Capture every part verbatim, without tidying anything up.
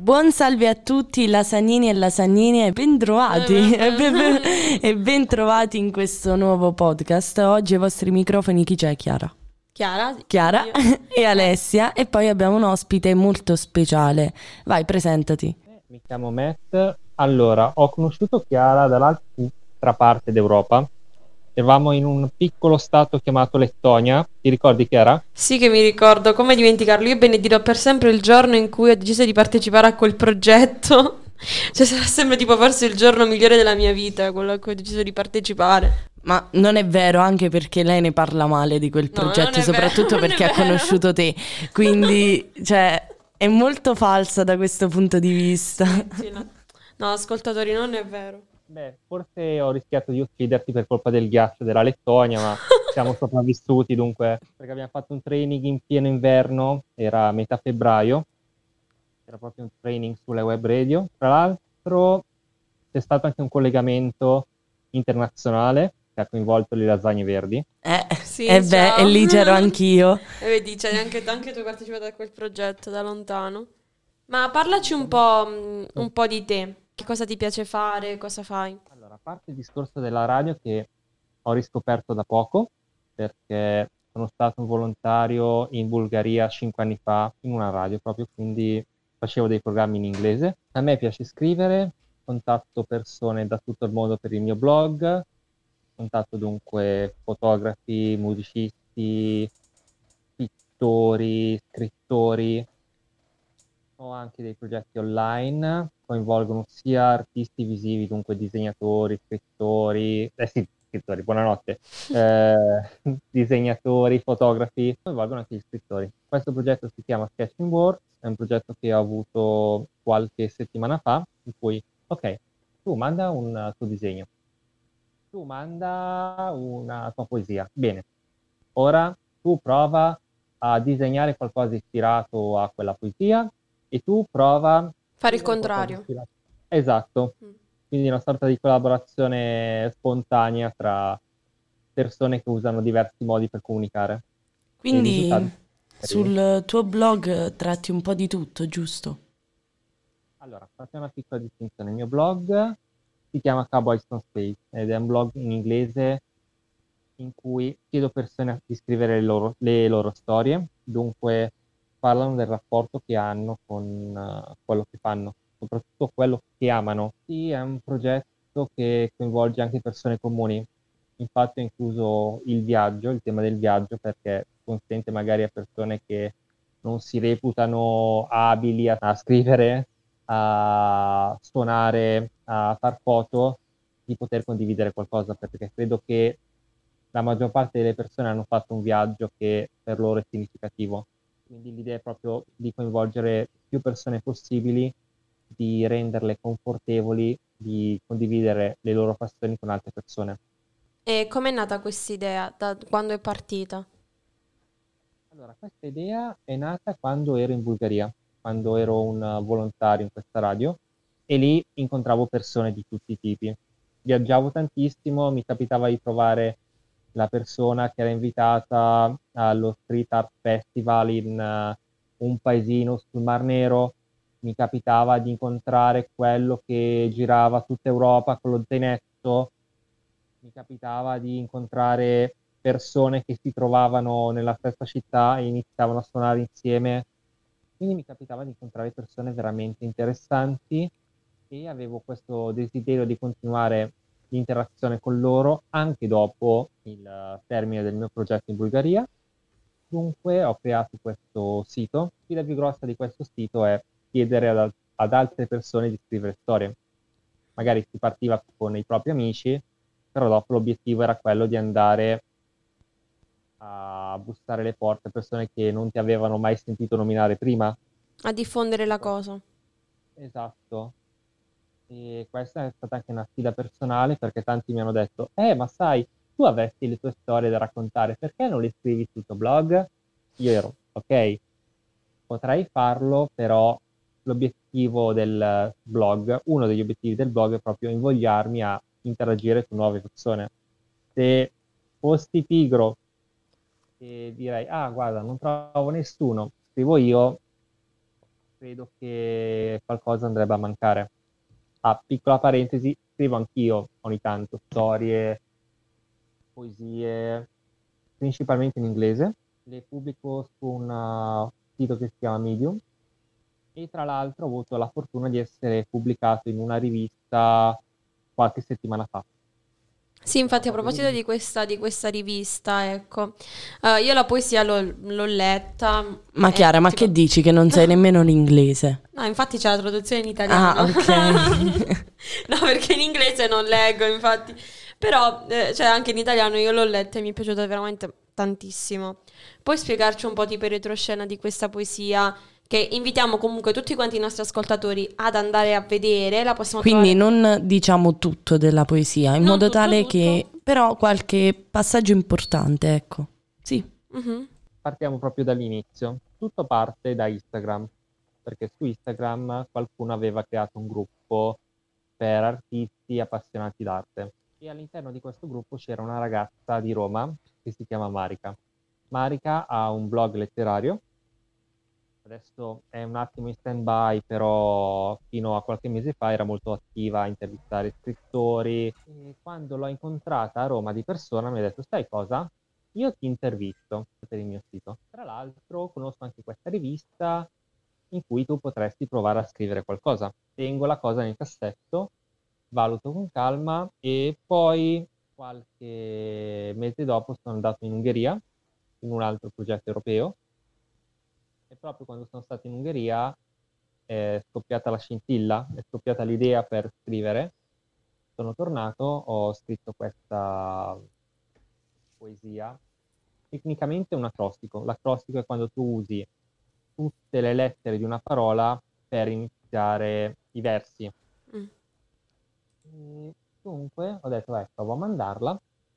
Buon salve a tutti lasagnini e lasagnine e bentrovati e ben, e bentrovati in questo nuovo podcast. Oggi ai vostri microfoni chi c'è? Chiara? Chiara? Chiara Io. e Alessia, e poi abbiamo un ospite molto speciale. Vai, presentati. Mi chiamo Matt. Allora, ho conosciuto Chiara dall'altra parte d'Europa. Eravamo in un piccolo stato chiamato Lettonia. Ti ricordi, Chiara? Sì che mi ricordo, come dimenticarlo? Io benedirò per sempre il giorno in cui ho deciso di partecipare a quel progetto. Cioè sarà sempre tipo forse il giorno migliore della mia vita, quello a cui ho deciso di partecipare. Ma non è vero, anche perché lei ne parla male di quel No, non progetto, è soprattutto vero, non perché è ha vero. conosciuto te. Quindi, cioè, è molto falsa da questo punto di vista. Sì, no. No, ascoltatori, non è vero. Beh, forse ho rischiato di ucciderti per colpa del ghiaccio della Lettonia, ma siamo sopravvissuti dunque, perché abbiamo fatto un training in pieno inverno, era a metà febbraio, era proprio un training sulle web radio. Tra l'altro c'è stato anche un collegamento internazionale che ha coinvolto le lasagne verdi. Eh, Sì, e beh, ciao. e lì c'ero anch'io. E vedi, cioè, anche, anche tu hai partecipato a quel progetto da lontano. Ma parlaci un po', mh, un po' di te. Che cosa ti piace fare? Cosa fai? Allora, a parte il discorso della radio che ho riscoperto da poco, perché sono stato un volontario in Bulgaria cinque anni fa in una radio proprio, quindi facevo dei programmi in inglese. A me piace scrivere, contatto persone da tutto il mondo per il mio blog, contatto dunque fotografi, musicisti, pittori, scrittori. Ho anche dei progetti online, coinvolgono sia artisti visivi, dunque disegnatori, scrittori, eh sì, scrittori, buonanotte, eh, disegnatori, fotografi, coinvolgono anche gli scrittori. Questo progetto si chiama Sketching Works, è un progetto che ho avuto qualche settimana fa, in cui, ok, tu manda un tuo disegno, tu manda una tua poesia, bene, ora tu prova a disegnare qualcosa ispirato a quella poesia e tu prova a Fare il scrivere qualcosa contrario. ispirato. Esatto, Mm. quindi una sorta di collaborazione spontanea tra persone che usano diversi modi per comunicare. E i risultati Quindi sono carini. sul tuo blog tratti un po' di tutto, giusto? Allora, facciamo una piccola distinzione. Il mio blog si chiama Cowboys from Space ed è un blog in inglese in cui chiedo persone di scrivere le loro, le loro storie, dunque parlano del rapporto che hanno con uh, quello che fanno, soprattutto quello che amano. Sì, è un progetto che coinvolge anche persone comuni, infatti ho incluso il viaggio, il tema del viaggio, perché consente magari a persone che non si reputano abili a, a scrivere, a suonare, a far foto, di poter condividere qualcosa, perché credo che la maggior parte delle persone hanno fatto un viaggio che per loro è significativo. Quindi l'idea è proprio di coinvolgere più persone possibili, di renderle confortevoli, di condividere le loro passioni con altre persone. E com'è nata questa idea? Da quando è partita? Allora, questa idea è nata quando ero in Bulgaria, quando ero un volontario in questa radio e lì incontravo persone di tutti i tipi. Viaggiavo tantissimo, mi capitava di trovare la persona che era invitata allo Street Art Festival in eh, un paesino sul Mar Nero, mi capitava di incontrare quello che girava tutta Europa con lo zainetto, mi capitava di incontrare persone che si trovavano nella stessa città e iniziavano a suonare insieme. Quindi mi capitava di incontrare persone veramente interessanti e avevo questo desiderio di continuare l'interazione con loro anche dopo il eh, termine del mio progetto in Bulgaria. Dunque ho creato questo sito. La sfida più grossa di questo sito è chiedere ad, al- ad altre persone di scrivere storie. Magari si partiva con i propri amici, però dopo l'obiettivo era quello di andare a bussare le porte a persone che non ti avevano mai sentito nominare prima. A diffondere la cosa. Esatto. E questa è stata anche una sfida personale perché tanti mi hanno detto, eh, ma sai, tu avresti le tue storie da raccontare, perché non le scrivi sul tuo blog? Io ero, ok, potrei farlo, però l'obiettivo del blog, uno degli obiettivi del blog è proprio invogliarmi a interagire con nuove persone. Se fossi pigro e direi, ah, guarda, non trovo nessuno, scrivo io, credo che qualcosa andrebbe a mancare. Ah, piccola parentesi, scrivo anch'io ogni tanto storie, poesie, principalmente in inglese. Le pubblico su un uh, sito che si chiama Medium e tra l'altro ho avuto la fortuna di essere pubblicato in una rivista qualche settimana fa. Sì, infatti a proposito di questa, di questa rivista, ecco, eh, io la poesia l'ho, l'ho letta. Ma e Chiara, ma tipo- che dici che non sai nemmeno l'inglese? No, infatti c'è la traduzione in italiano. Ah, ok. No, perché in inglese non leggo, infatti. Però, eh, cioè, anche in italiano io l'ho letta e mi è piaciuta veramente tantissimo. Puoi spiegarci un po' tipo in retroscena di questa poesia? Che invitiamo comunque tutti quanti i nostri ascoltatori ad andare a vedere. La possiamo Quindi trovare... non diciamo tutto della poesia, in Non modo tutto, tale tutto. che però qualche passaggio importante, ecco. Sì. Mhm. Partiamo proprio dall'inizio. Tutto parte da Instagram, perché su Instagram qualcuno aveva creato un gruppo per artisti appassionati d'arte e all'interno di questo gruppo c'era una ragazza di Roma che si chiama Marica. Marica ha un blog letterario, adesso è un attimo in stand-by, però fino a qualche mese fa era molto attiva a intervistare scrittori e quando l'ho incontrata a Roma di persona mi ha detto: sai cosa? Io ti intervisto per il mio sito. Tra l'altro conosco anche questa rivista in cui tu potresti provare a scrivere qualcosa. Tengo la cosa nel cassetto, valuto con calma e poi qualche mese dopo sono andato in Ungheria in un altro progetto europeo e proprio quando sono stato in Ungheria è scoppiata la scintilla, è scoppiata l'idea per scrivere. Sono tornato, ho scritto questa poesia. Tecnicamente è un acrostico. L'acrostico è quando tu usi tutte le lettere di una parola per iniziare i versi. Mm. E dunque ho detto, ecco, provo a mandarla.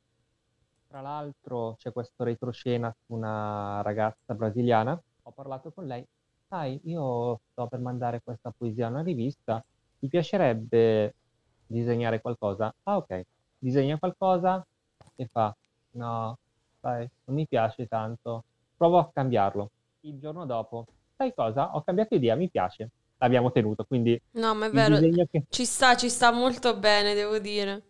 Tra l'altro c'è questo retroscena su una ragazza brasiliana. Ho parlato con lei. Sai, io sto per mandare questa poesia a una rivista. Ti piacerebbe disegnare qualcosa? Ah, ok. Disegna qualcosa e fa, no, sai, non mi piace tanto. Provo a cambiarlo. Il giorno dopo, sai cosa? Ho cambiato idea, mi piace. L'abbiamo tenuto, quindi No, ma è il vero, disegno che... ci sta, ci sta molto bene, devo dire.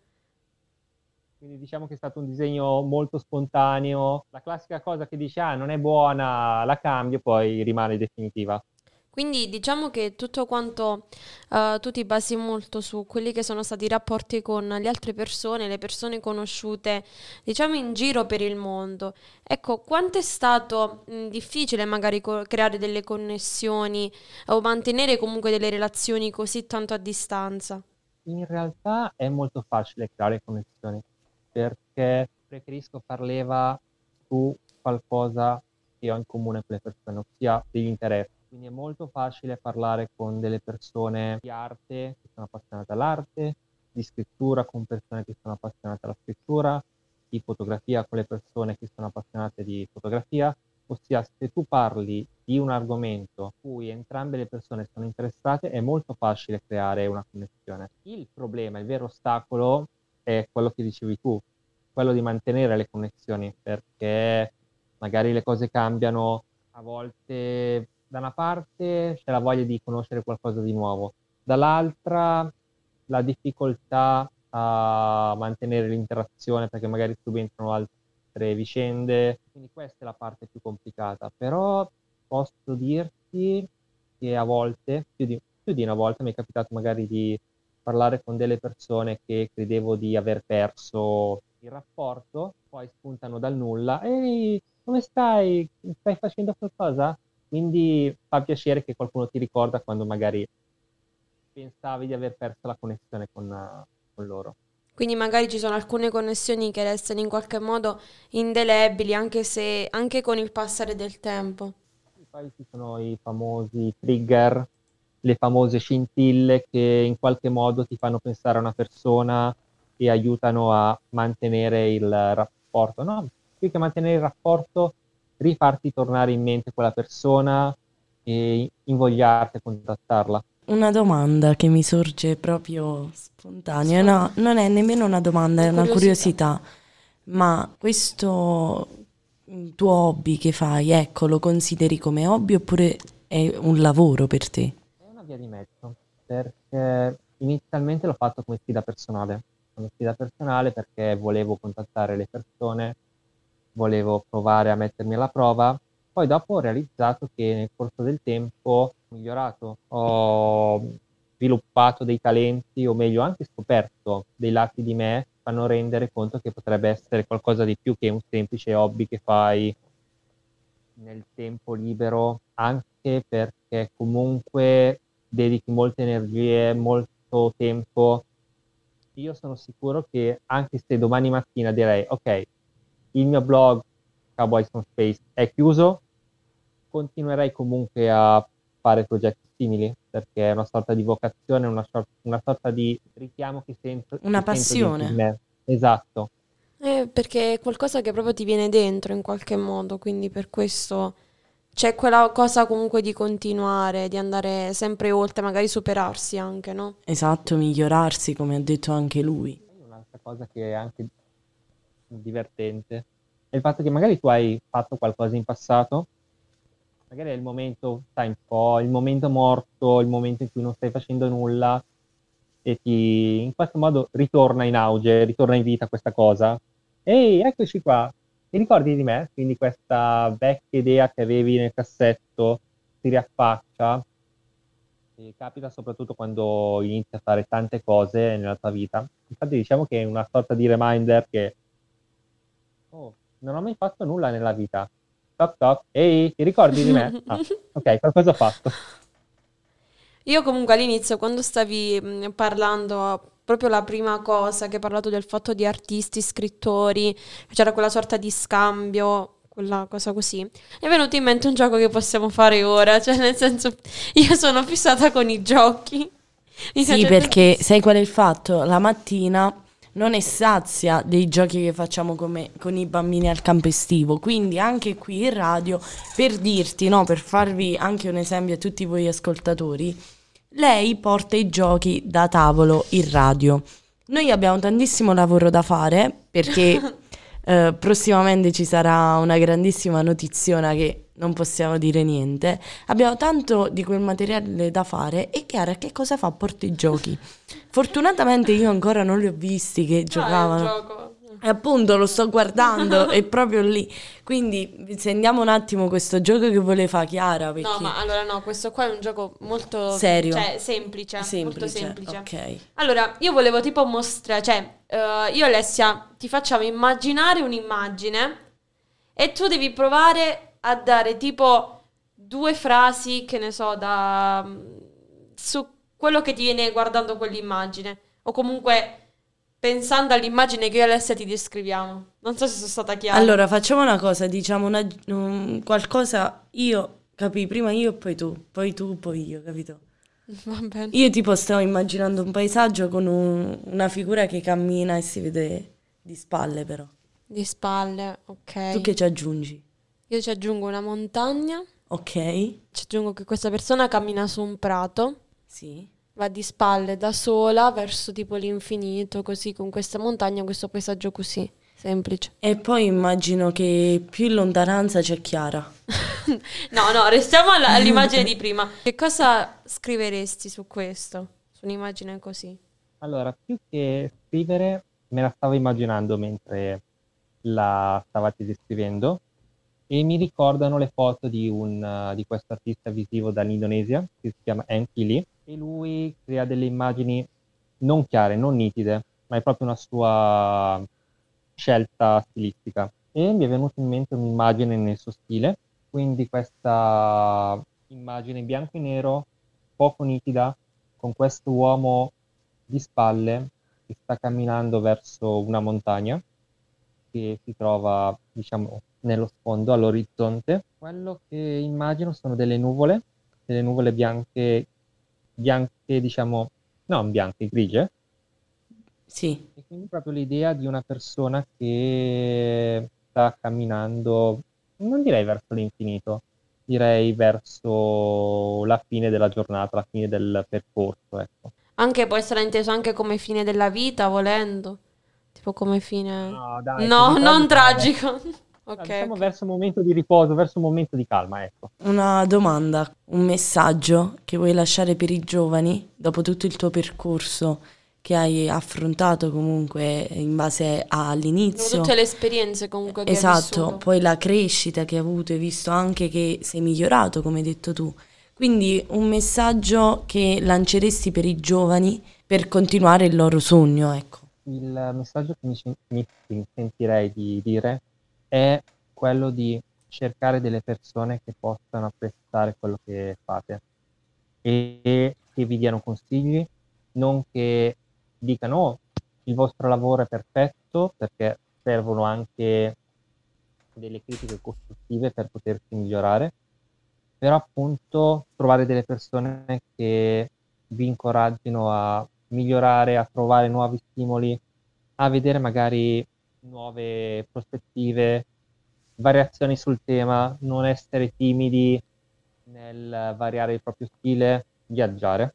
Quindi diciamo che è stato un disegno molto spontaneo. La classica cosa che dici, ah, non è buona, la cambio, poi rimane definitiva. Quindi diciamo che tutto quanto eh, tu ti basi molto su quelli che sono stati i rapporti con le altre persone, le persone conosciute, diciamo in giro per il mondo. Ecco, quanto è stato mh, difficile magari co- creare delle connessioni o mantenere comunque delle relazioni così tanto a distanza? In realtà è molto facile creare connessioni, perché preferisco far leva su qualcosa che ho in comune con le persone, ossia degli interessi. Quindi è molto facile parlare con delle persone di arte che sono appassionate all'arte, di scrittura con persone che sono appassionate alla scrittura, di fotografia con le persone che sono appassionate di fotografia, ossia se tu parli di un argomento a cui entrambe le persone sono interessate è molto facile creare una connessione. Il problema, il vero ostacolo è quello che dicevi tu, quello di mantenere le connessioni, perché magari le cose cambiano, a volte da una parte c'è la voglia di conoscere qualcosa di nuovo, dall'altra la difficoltà a mantenere l'interazione perché magari subentrano altre vicende, quindi questa è la parte più complicata, però posso dirti che a volte, più di, più di una volta mi è capitato magari di parlare con delle persone che credevo di aver perso il rapporto, poi spuntano dal nulla, ehi, come stai? Stai facendo qualcosa? Quindi fa piacere che qualcuno ti ricorda quando magari pensavi di aver perso la connessione con, uh, con loro. Quindi magari ci sono alcune connessioni che restano in qualche modo indelebili, anche se anche con il passare del tempo. Poi ci sono i famosi trigger, le famose scintille che in qualche modo ti fanno pensare a una persona e aiutano a mantenere il rapporto. No, più che mantenere il rapporto, rifarti tornare in mente quella persona e invogliarti a contattarla. Una domanda che mi sorge proprio spontanea, no, non è nemmeno una domanda, è una curiosità, ma questo tuo hobby che fai, ecco, lo consideri come hobby oppure è un lavoro per te? È una via di mezzo, perché inizialmente l'ho fatto come sfida personale, come sfida personale perché volevo contattare le persone, volevo provare a mettermi alla prova, poi dopo ho realizzato che nel corso del tempo ho migliorato, ho sviluppato dei talenti, o meglio, anche scoperto dei lati di me che fanno rendere conto che potrebbe essere qualcosa di più che un semplice hobby che fai nel tempo libero, anche perché comunque dedichi molte energie, molto tempo. Io sono sicuro che anche se domani mattina direi ok, il mio blog Cowboys from Space è chiuso, continuerei comunque a fare progetti simili, perché è una sorta di vocazione, una, sor- una sorta di richiamo che sento, Una che sento dentro di passione. me. Esatto. Eh, perché è qualcosa che proprio ti viene dentro in qualche modo, quindi per questo c'è quella cosa comunque di continuare, di andare sempre oltre, magari superarsi anche, no? Esatto, migliorarsi, come ha detto anche lui. Un'altra cosa che è anche divertente è il fatto che magari tu hai fatto qualcosa in passato, magari è il momento, sai, un po', il momento morto, il momento in cui non stai facendo nulla e ti in qualche modo ritorna in auge, ritorna in vita questa cosa. Ehi, eccoci qua, ti ricordi di me? Quindi questa vecchia idea che avevi nel cassetto si riaffaccia. E capita soprattutto quando inizi a fare tante cose nella tua vita. Infatti diciamo che è una sorta di reminder che oh, non ho mai fatto nulla nella vita. Toc toc, ehi, ti ricordi di me? Ah, ok, qualcosa ho fatto. Io comunque all'inizio, quando stavi mh, parlando, proprio la prima cosa che hai parlato del fatto di artisti, scrittori, c'era quella sorta di scambio, quella cosa così, mi è venuto in mente un gioco che possiamo fare ora, cioè nel senso, io sono fissata con i giochi. Mi Sì, piace perché tantissimo. sai qual è il fatto? La mattina non è sazia dei giochi che facciamo come, con i bambini al campo estivo, quindi anche qui in radio, per dirti, no, per farvi anche un esempio a tutti voi ascoltatori, lei porta i giochi da tavolo in radio. Noi abbiamo tantissimo lavoro da fare perché eh, prossimamente ci sarà una grandissima notiziona che non possiamo dire niente. Abbiamo tanto di quel materiale da fare e Chiara che cosa fa? Porta i giochi. Fortunatamente io ancora non li ho visti che Ah, è un giocavano. gioco. E appunto lo sto guardando, è proprio lì. Quindi sentiamo un attimo questo gioco che vuole fare Chiara, No, perché ma allora no, questo qua è un gioco molto serio, cioè semplice, molto semplice, semplice. ok. Allora, io volevo tipo mostrare, cioè, eh, io e Alessia ti facciamo immaginare un'immagine e tu devi provare a dare tipo due frasi, che ne so, da su quello che ti viene guardando quell'immagine o comunque pensando all'immagine che io e Alessia ti descriviamo. Non so se sono stata chiara. Allora facciamo una cosa, diciamo una, un- qualcosa, io capì, prima io e poi tu, poi tu, poi io, capito? Va bene. Io tipo stavo immaginando un paesaggio con un- una figura che cammina e si vede di spalle però. Di spalle, ok. Tu che ci aggiungi? Io ci aggiungo una montagna, Ok? ci aggiungo che questa persona cammina su un prato, Sì. va di spalle da sola verso tipo l'infinito, così con questa montagna, questo paesaggio così, semplice. E poi immagino che più in lontananza c'è Chiara. No, no, restiamo alla- all'immagine di prima. Che cosa scriveresti su questo? Su un'immagine così? Allora, più che scrivere, me la stavo immaginando mentre la stavate descrivendo e mi ricordano le foto di, un, uh, di questo artista visivo dall'Indonesia che si chiama Enki Lee e lui crea delle immagini non chiare, non nitide, ma è proprio una sua scelta stilistica. E mi è venuta in mente un'immagine nel suo stile, quindi questa immagine in bianco e nero, poco nitida, con questo uomo di spalle che sta camminando verso una montagna che si trova, diciamo, nello sfondo, all'orizzonte. Quello che immagino sono delle nuvole, delle nuvole bianche, bianche, diciamo, non bianche, grigie. Sì. E quindi proprio l'idea di una persona che sta camminando, non direi verso l'infinito, direi verso la fine della giornata, la fine del percorso, ecco. Anche può essere inteso anche come fine della vita, volendo. Tipo come fine... No, dai, No, così non tragico. tragico. Ok, diciamo ok. verso un momento di riposo, verso un momento di calma, ecco. Una domanda, un messaggio che vuoi lasciare per i giovani dopo tutto il tuo percorso che hai affrontato comunque in base Dopo all'inizio. tutte le esperienze comunque che hai Esatto, vissuto. poi la crescita che hai avuto, hai visto anche che sei migliorato, come hai detto tu. Quindi un messaggio che lanceresti per i giovani per continuare il loro sogno, ecco. Il messaggio che mi, sen- mi- che mi sentirei di dire è quello di cercare delle persone che possano apprezzare quello che fate e e che vi diano consigli, non che dicano "Oh, il vostro lavoro è perfetto", perché servono anche delle critiche costruttive per potersi migliorare, però appunto trovare delle persone che vi incoraggino a migliorare, a trovare nuovi stimoli, a vedere magari nuove prospettive, variazioni sul tema, non essere timidi nel variare il proprio stile, viaggiare.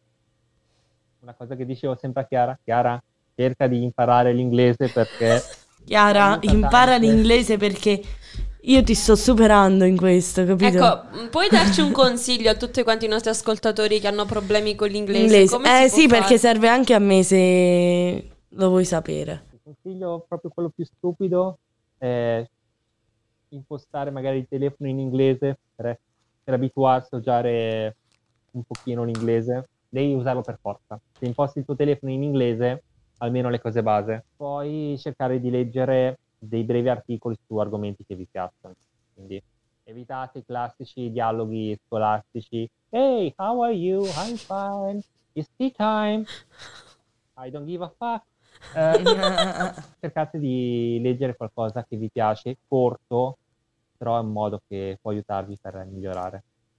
Una cosa che dicevo sempre a Chiara, Chiara, cerca di imparare l'inglese perché ti Chiara, aiuta impara tanto. l'inglese perché io ti sto superando in questo, capito? Ecco, mm, puoi darci un consiglio a tutti quanti i nostri ascoltatori che hanno problemi con l'inglese? Inglese. Come si Eh può sì, fare? perché serve anche a me se lo vuoi sapere. Il consiglio, proprio quello più stupido, è impostare magari il telefono in inglese per, per abituarsi a usare un pochino l'inglese. Devi usarlo per forza. Se imposti il tuo telefono in inglese, almeno le cose base. Poi cercare di leggere dei brevi articoli su argomenti che vi piacciono. Quindi evitate i classici dialoghi scolastici. Hey, how are you? I'm fine. It's tea time. I don't give a fuck. Eh, cercate di leggere qualcosa che vi piace, corto, però è un modo che può aiutarvi per migliorare.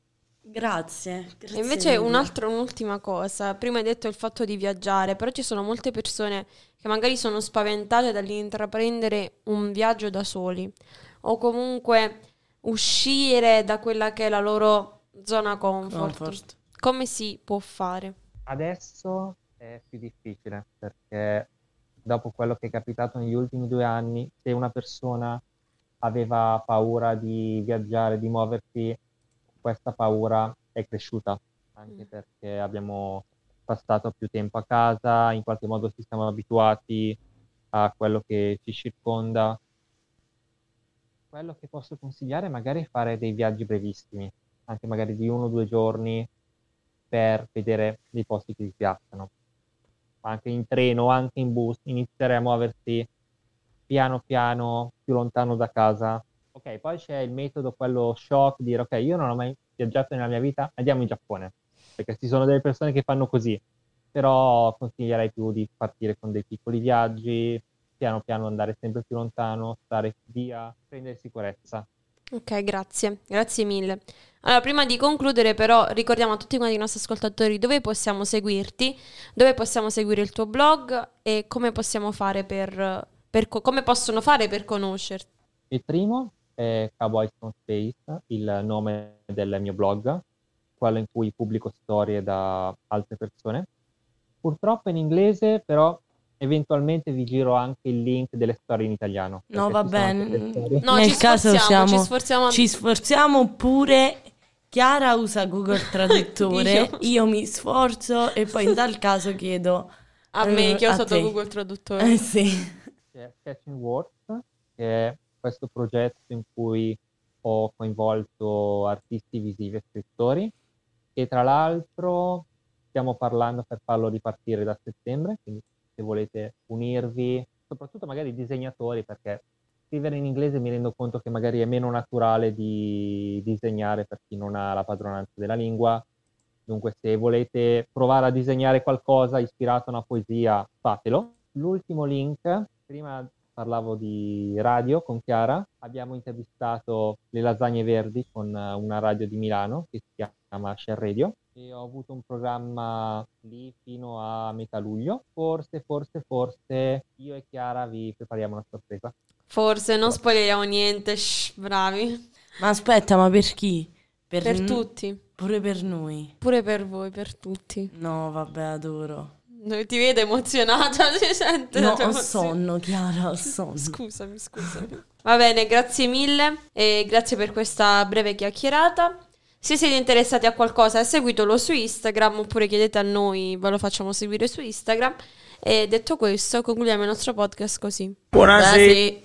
Grazie, E grazie invece mille. un'altra, un'ultima cosa, prima hai detto il fatto di viaggiare, però ci sono molte persone che magari sono spaventate dall'intraprendere un viaggio da soli o comunque uscire da quella che è la loro zona comfort. Comfort. Come si può fare? Adesso è più difficile perché dopo quello che è capitato negli ultimi due anni, se una persona aveva paura di viaggiare, di muoversi, questa paura è cresciuta, anche Mm. perché abbiamo passato più tempo a casa, in qualche modo ci siamo abituati a quello che ci circonda. Quello che posso consigliare è magari fare dei viaggi brevissimi, anche magari di uno o due giorni per vedere dei posti che vi piacciono. Anche in treno, anche in bus, iniziare a muoversi piano piano, più lontano da casa. Ok, poi c'è il metodo, quello shock, dire ok, io non ho mai viaggiato nella mia vita, andiamo in Giappone, perché ci sono delle persone che fanno così, però consiglierei più di partire con dei piccoli viaggi, piano piano andare sempre più lontano, stare via, prendere sicurezza. Ok, grazie, grazie mille. Allora, prima di concludere, però, ricordiamo a tutti quanti i nostri ascoltatori dove possiamo seguirti, dove possiamo seguire il tuo blog e come possiamo fare per, per co- come possono fare per conoscerti. Il primo è Cowboys from Space, il nome del mio blog, quello in cui pubblico storie da altre persone. Purtroppo in inglese, però eventualmente vi giro anche il link delle storie in italiano. No, Perché va ci sono anche delle bene. storie. No, Nel ci caso sforziamo, siamo, ci sforziamo. ci sforziamo oppure Chiara usa Google Traduttore, Dio. io mi sforzo e poi in tal caso chiedo A me eh, che ho a usato te. Google Traduttore. Eh sì. C'è Sketching Works, che è questo progetto in cui ho coinvolto artisti visivi e scrittori, e tra l'altro stiamo parlando per farlo ripartire da settembre, quindi se volete unirvi, soprattutto magari disegnatori, perché scrivere in inglese mi rendo conto che magari è meno naturale di disegnare per chi non ha la padronanza della lingua. Dunque, se volete provare a disegnare qualcosa ispirato a una poesia, fatelo. L'ultimo link, prima parlavo di radio con Chiara, abbiamo intervistato le Lasagne Verdi con una radio di Milano che si chiama Share Radio e ho avuto un programma lì fino a metà luglio. Forse, forse, forse io e Chiara vi prepariamo una sorpresa. Forse non spoileriamo niente, shh, bravi. Ma aspetta, ma per chi? Per n- tutti, Pure per noi. pure per voi, per tutti. No, vabbè, adoro. Ti vedo emozionata, si sente No, la tua ho emozione. sonno, Chiara, ho sonno. Scusami, scusami. Va bene, grazie mille e grazie per questa breve chiacchierata. Se siete interessati a qualcosa, seguitelo su Instagram oppure chiedete a noi, ve lo facciamo seguire su Instagram. E detto questo, concludiamo il nostro podcast così. Buonasera. Buonasera.